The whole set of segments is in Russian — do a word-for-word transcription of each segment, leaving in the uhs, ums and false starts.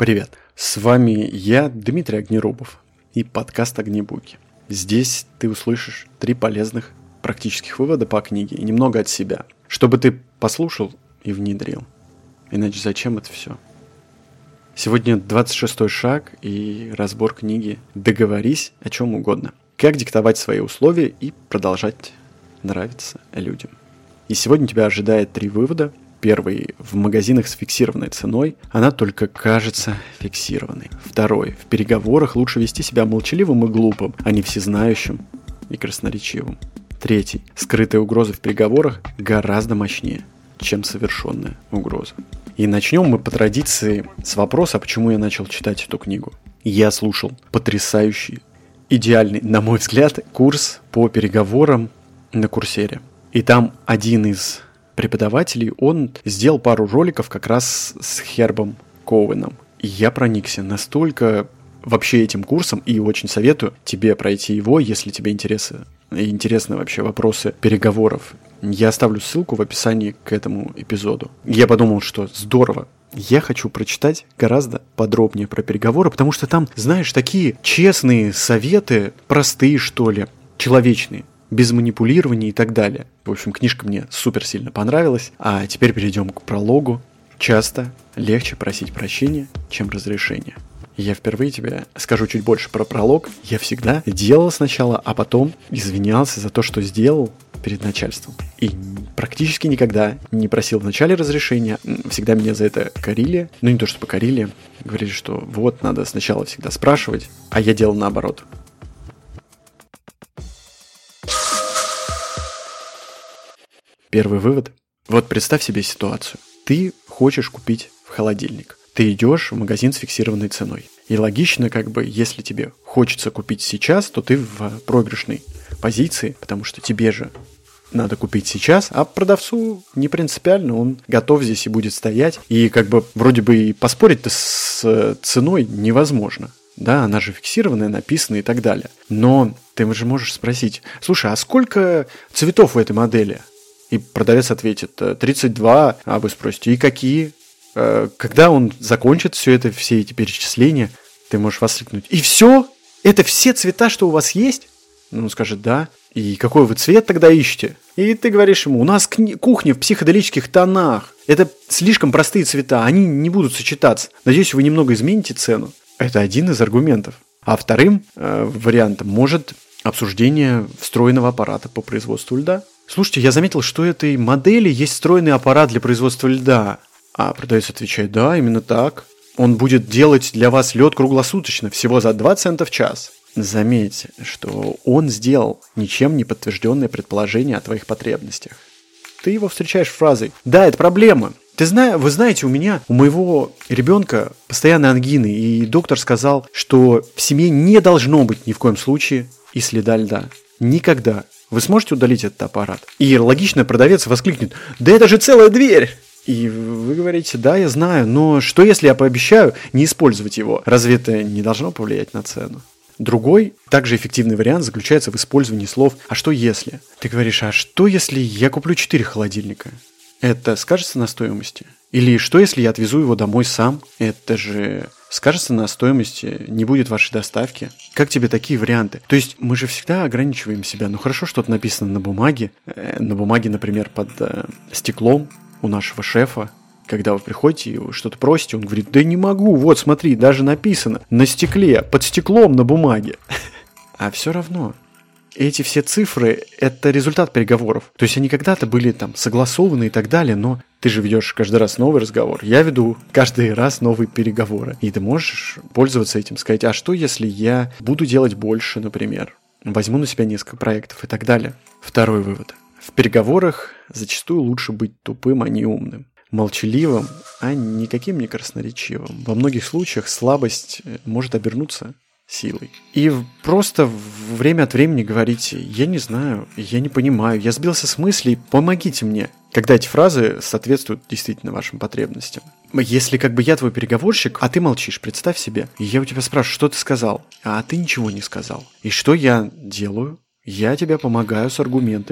Привет, с вами я, Дмитрий Огнерубов, и подкаст «Огнебуки». Здесь ты услышишь три полезных практических вывода по книге и немного от себя, чтобы ты послушал и внедрил. Иначе зачем это все? Сегодня двадцать шестой шаг и разбор книги «Договорись о чем угодно». Как диктовать свои условия и продолжать нравиться людям. И сегодня тебя ожидает три вывода. Первый – в магазинах с фиксированной ценой она только кажется фиксированной. Второй – в переговорах лучше вести себя молчаливым и глупым, а не всезнающим и красноречивым. Третий – скрытая угроза в переговорах гораздо мощнее, чем совершенная угроза. И начнем мы по традиции с вопроса, почему я начал читать эту книгу. Я слушал потрясающий, идеальный, на мой взгляд, курс по переговорам на Курсере. И там один из преподавателей, он сделал пару роликов как раз с Хербом Коуэном. И я проникся настолько вообще этим курсом, и очень советую тебе пройти его, если тебе интересны, интересны вообще вопросы переговоров. Я оставлю ссылку в описании к этому эпизоду. Я подумал, что здорово. Я хочу прочитать гораздо подробнее про переговоры, потому что там, знаешь, такие честные советы, простые, что ли, человечные, без манипулирования и так далее. В общем, книжка мне супер сильно понравилась. А теперь перейдем к прологу. Часто легче просить прощения, чем разрешения. Я впервые тебе скажу чуть больше про пролог. Я всегда делал сначала, а потом извинялся за то, что сделал перед начальством. И практически никогда не просил вначале разрешения. Всегда меня за это корили. Ну, не то чтобы корили. Говорили, что вот, надо сначала всегда спрашивать. А я делал наоборот. Первый вывод. Вот представь себе ситуацию. Ты хочешь купить в холодильник. Ты идешь в магазин с фиксированной ценой. И логично, как бы, если тебе хочется купить сейчас, то ты в проигрышной позиции, потому что тебе же надо купить сейчас, а продавцу не принципиально, он готов здесь и будет стоять. И как бы вроде бы и поспорить-то с ценой невозможно. Да, она же фиксированная, написана и так далее. Но ты же можешь спросить: слушай, а сколько цветов у этой модели? И продавец ответит: тридцать два, а вы спросите: и какие? Когда он закончит все это, все эти перечисления, ты можешь воскликнуть: и все? Это все цвета, что у вас есть? Ну, он скажет: да. И какой вы цвет тогда ищете? И ты говоришь ему: у нас кни- кухня в психоделических тонах. Это слишком простые цвета, они не будут сочетаться. Надеюсь, вы немного измените цену. Это один из аргументов. А вторым э, вариантом может обсуждение встроенного аппарата по производству льда. Слушайте, я заметил, что у этой модели есть встроенный аппарат для производства льда. А продавец отвечает: да, именно так. Он будет делать для вас лед круглосуточно, всего за два цента в час. Заметьте, что он сделал ничем не подтвержденное предположение о твоих потребностях. Ты его встречаешь фразой: да, это проблема. Ты зна- вы знаете, у меня, у моего ребенка постоянные ангины, и доктор сказал, что в семье не должно быть ни в коем случае и следа льда. Никогда. Вы сможете удалить этот аппарат? И логично продавец воскликнет: да это же целая дверь! И вы говорите: да, я знаю, но что если я пообещаю не использовать его? Разве это не должно повлиять на цену? Другой, также эффективный вариант заключается в использовании слов «а что если?». Ты говоришь: а что если я куплю четыре холодильника? Это скажется на стоимости? Или что если я отвезу его домой сам? Это же скажется на стоимости, не будет вашей доставки. Как тебе такие варианты? То есть мы же всегда ограничиваем себя. Ну хорошо, что-то написано на бумаге. На бумаге, например, под э, стеклом у нашего шефа. Когда вы приходите и что-то просите, он говорит: да не могу, вот смотри, даже написано на стекле, под стеклом на бумаге. А все равно эти все цифры – это результат переговоров. То есть они когда-то были там согласованы и так далее, но ты же ведешь каждый раз новый разговор. Я веду каждый раз новые переговоры. И ты можешь пользоваться этим, сказать: а что если я буду делать больше, например, возьму на себя несколько проектов и так далее. Второй вывод. В переговорах зачастую лучше быть тупым, а не умным. Молчаливым, а никаким не красноречивым. Во многих случаях слабость может обернуться силой. И просто время от времени говорите: я не знаю, я не понимаю, я сбился с мыслей, помогите мне. Когда эти фразы соответствуют действительно вашим потребностям. Если как бы я твой переговорщик, а ты молчишь, представь себе, и я у тебя спрашиваю: что ты сказал? А ты ничего не сказал. И что я делаю? Я тебе помогаю с аргументами.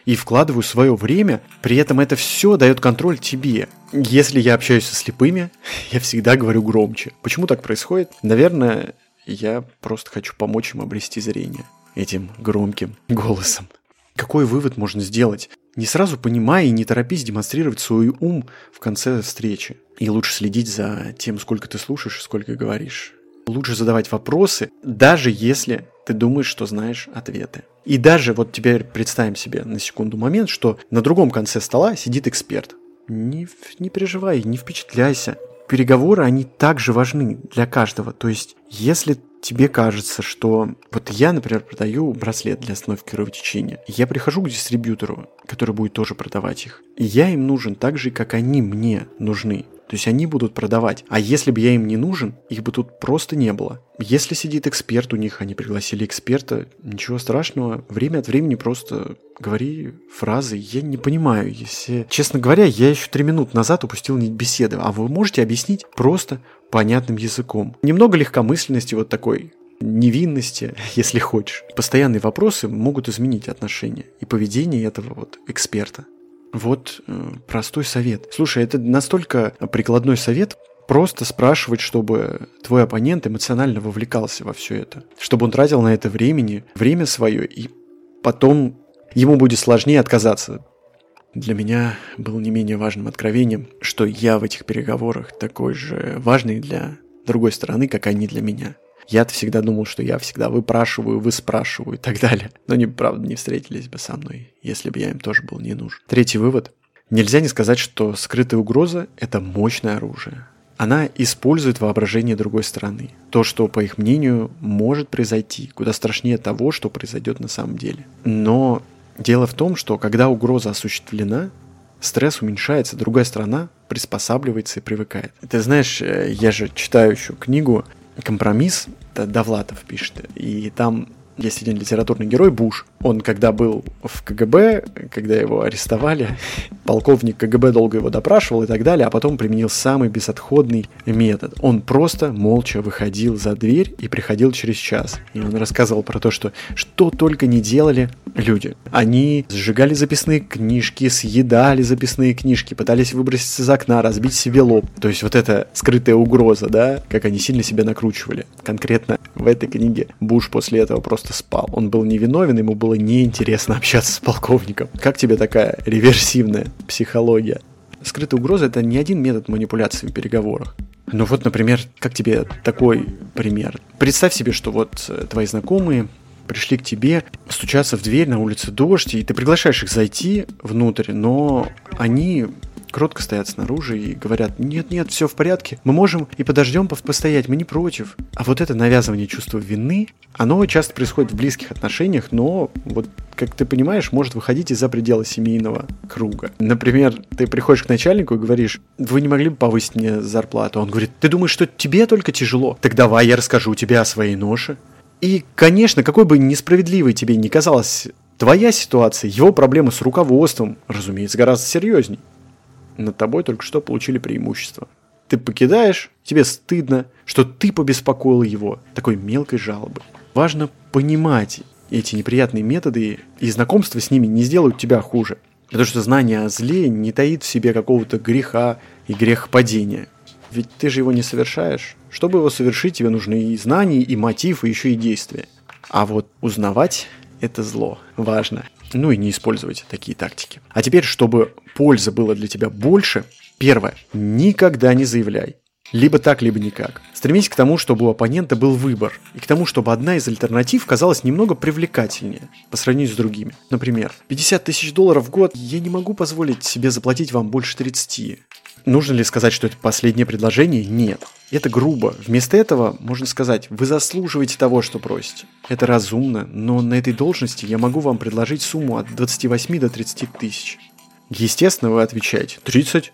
и вкладываю свое время, при этом это все дает контроль тебе. Если я общаюсь со слепыми, я всегда говорю громче. Почему так происходит? Наверное, я просто хочу помочь им обрести зрение этим громким голосом. Какой вывод можно сделать? Не сразу понимая и не торопись демонстрировать свой ум в конце встречи. И лучше следить за тем, сколько ты слушаешь и сколько говоришь. Лучше задавать вопросы, даже если ты думаешь, что знаешь ответы. И даже вот теперь представим себе на секунду момент, что на другом конце стола сидит эксперт. Не, не переживай, не впечатляйся. Переговоры, они также важны для каждого. То есть, если тебе кажется, что... Вот я, например, продаю браслет для остановки кровотечения. Я прихожу к дистрибьютору, который будет тоже продавать их. И я им нужен так же, как они мне нужны. То есть они будут продавать. А если бы я им не нужен, их бы тут просто не было. Если сидит эксперт у них, они пригласили эксперта, ничего страшного. Время от времени просто говори фразы. Я не понимаю, если... Честно говоря, я еще три минуты назад упустил нить беседы. А вы можете объяснить просто понятным языком. Немного легкомысленности, вот такой невинности, если хочешь. Постоянные вопросы могут изменить отношения и поведение этого вот эксперта. Вот э, простой совет. Слушай, это настолько прикладной совет, просто спрашивать, чтобы твой оппонент эмоционально вовлекался во все это. Чтобы он тратил на это времени, время свое, и потом ему будет сложнее отказаться. Для меня было не менее важным откровением, что я в этих переговорах такой же важный для другой стороны, как они для меня. Я-то всегда думал, что я всегда выпрашиваю, выспрашиваю и так далее. Но они, правда, не встретились бы со мной, если бы я им тоже был не нужен. Третий вывод. Нельзя не сказать, что скрытая угроза – это мощное оружие. Она использует воображение другой стороны. То, что, по их мнению, может произойти, куда страшнее того, что произойдет на самом деле. Но дело в том, что когда угроза осуществлена, стресс уменьшается, другая сторона приспосабливается и привыкает. Ты знаешь, я же читаю еще книгу «Компромисс», это Довлатов пишет, и там есть один литературный герой Буш. Он, когда был в КГБ, когда его арестовали, полковник КГБ долго его допрашивал и так далее, а потом применил самый безотходный метод. Он просто молча выходил за дверь и приходил через час. И он рассказывал про то, что что только не делали люди. Они сжигали записные книжки, съедали записные книжки, пытались выброситься из окна, разбить себе лоб. То есть вот эта скрытая угроза, да, как они сильно себя накручивали. Конкретно в этой книге Буш после этого просто спал. Он был невиновен, ему было неинтересно общаться с полковником. Как тебе такая реверсивная психология? Скрытая угроза – это не один метод манипуляции в переговорах. Ну вот, например, как тебе такой пример? Представь себе, что вот твои знакомые пришли к тебе, стучатся в дверь, на улице дождь, и ты приглашаешь их зайти внутрь, но они кротко стоят снаружи и говорят: нет-нет, все в порядке, мы можем и подождем постоять, мы не против. А вот это навязывание чувства вины, оно часто происходит в близких отношениях, но вот, как ты понимаешь, может выходить из-за предела семейного круга. Например, ты приходишь к начальнику и говоришь: вы не могли бы повысить мне зарплату? Он говорит: ты думаешь, что тебе только тяжело? Так давай я расскажу тебе о своей ноше. И, конечно, какой бы несправедливой тебе ни казалась твоя ситуация, его проблемы с руководством, разумеется, гораздо серьезней. Над тобой только что получили преимущество. Ты покидаешь, тебе стыдно, что ты побеспокоил его такой мелкой жалобой. Важно понимать эти неприятные методы, и знакомство с ними не сделают тебя хуже. Потому что знание о зле не таит в себе какого-то греха и грехопадения. Ведь ты же его не совершаешь. Чтобы его совершить, тебе нужны и знания, и мотив, и еще и действия. А вот узнавать – это зло. Важно. Ну и не использовать такие тактики. А теперь, чтобы пользы было для тебя больше, первое – никогда не заявляй. Либо так, либо никак. Стремись к тому, чтобы у оппонента был выбор, и к тому, чтобы одна из альтернатив казалась немного привлекательнее по сравнению с другими. Например, пятьдесят тысяч долларов в год, я не могу позволить себе заплатить вам больше тридцати. Нужно ли сказать, что это последнее предложение? Нет. Это грубо. Вместо этого можно сказать: вы заслуживаете того, что просите. Это разумно, но на этой должности я могу вам предложить сумму от двадцати восьми до тридцати тысяч. Естественно, вы отвечаете: тридцать.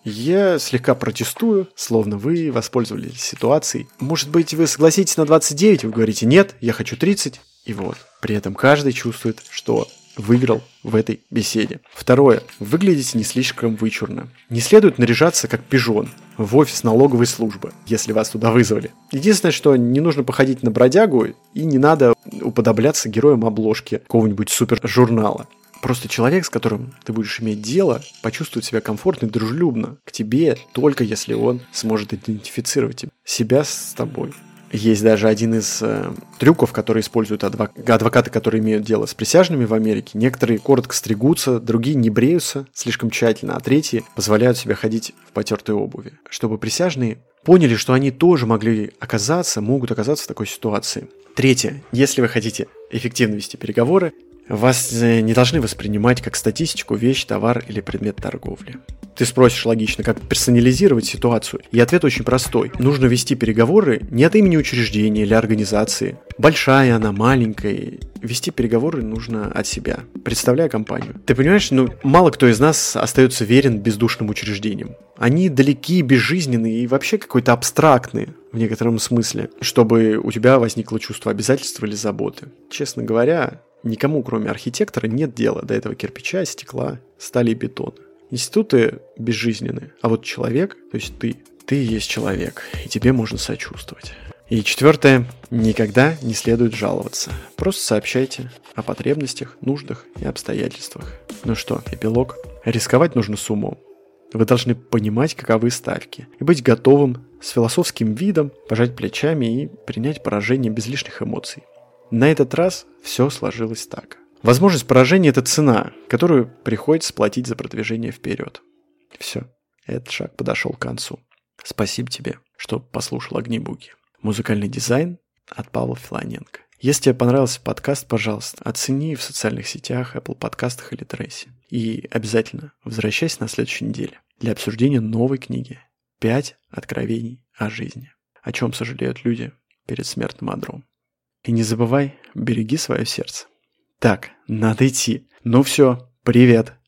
Я слегка протестую, словно вы воспользовались ситуацией. Может быть, вы согласитесь на двадцать девять, вы говорите: нет, я хочу тридцать. И вот. При этом каждый чувствует, что выиграл в этой беседе. Второе. Выглядите не слишком вычурно. Не следует наряжаться как пижон в офис налоговой службы, если вас туда вызвали. Единственное, что не нужно походить на бродягу и не надо уподобляться героям обложки какого-нибудь супержурнала. Просто человек, с которым ты будешь иметь дело, почувствует себя комфортно и дружелюбно к тебе, только если он сможет идентифицировать тебя, себя с тобой. Есть даже один из э, трюков, которые используют адвок... адвокаты, которые имеют дело с присяжными в Америке. Некоторые коротко стригутся, другие не бреются слишком тщательно, а третьи позволяют себе ходить в потертой обуви, чтобы присяжные поняли, что они тоже могли оказаться, могут оказаться в такой ситуации. Третье. Если вы хотите эффективно вести переговоры, вас не должны воспринимать как статистику, вещь, товар или предмет торговли. Ты спросишь логично, как персонализировать ситуацию, и ответ очень простой. Нужно вести переговоры не от имени учреждения или организации. Большая она, маленькая. Вести переговоры нужно от себя, представляя компанию. Ты понимаешь, ну, мало кто из нас остается верен бездушным учреждениям. Они далеки, безжизненные и вообще какой-то абстрактные в некотором смысле, чтобы у тебя возникло чувство обязательства или заботы. Честно говоря, никому, кроме архитектора, нет дела до этого кирпича, стекла, стали и бетона. Институты безжизненны, а вот человек, то есть ты, ты и есть человек, и тебе можно сочувствовать. И четвертое, никогда не следует жаловаться. Просто сообщайте о потребностях, нуждах и обстоятельствах. Ну что, эпилог? Рисковать нужно с умом. Вы должны понимать, каковы ставки, и быть готовым с философским видом пожать плечами и принять поражение без лишних эмоций. На этот раз все сложилось так. Возможность поражения – это цена, которую приходится платить за продвижение вперед. Все, этот шаг подошел к концу. Спасибо тебе, что послушал «Огнебуги». Музыкальный дизайн от Павла Филоненко. Если тебе понравился подкаст, пожалуйста, оцени в социальных сетях, Apple подкастах или Трейсе. И обязательно возвращайся на следующей неделе для обсуждения новой книги «Пять откровений о жизни». О чем сожалеют люди перед смертным одром. И не забывай, береги свое сердце. Так, надо идти. Ну все, привет.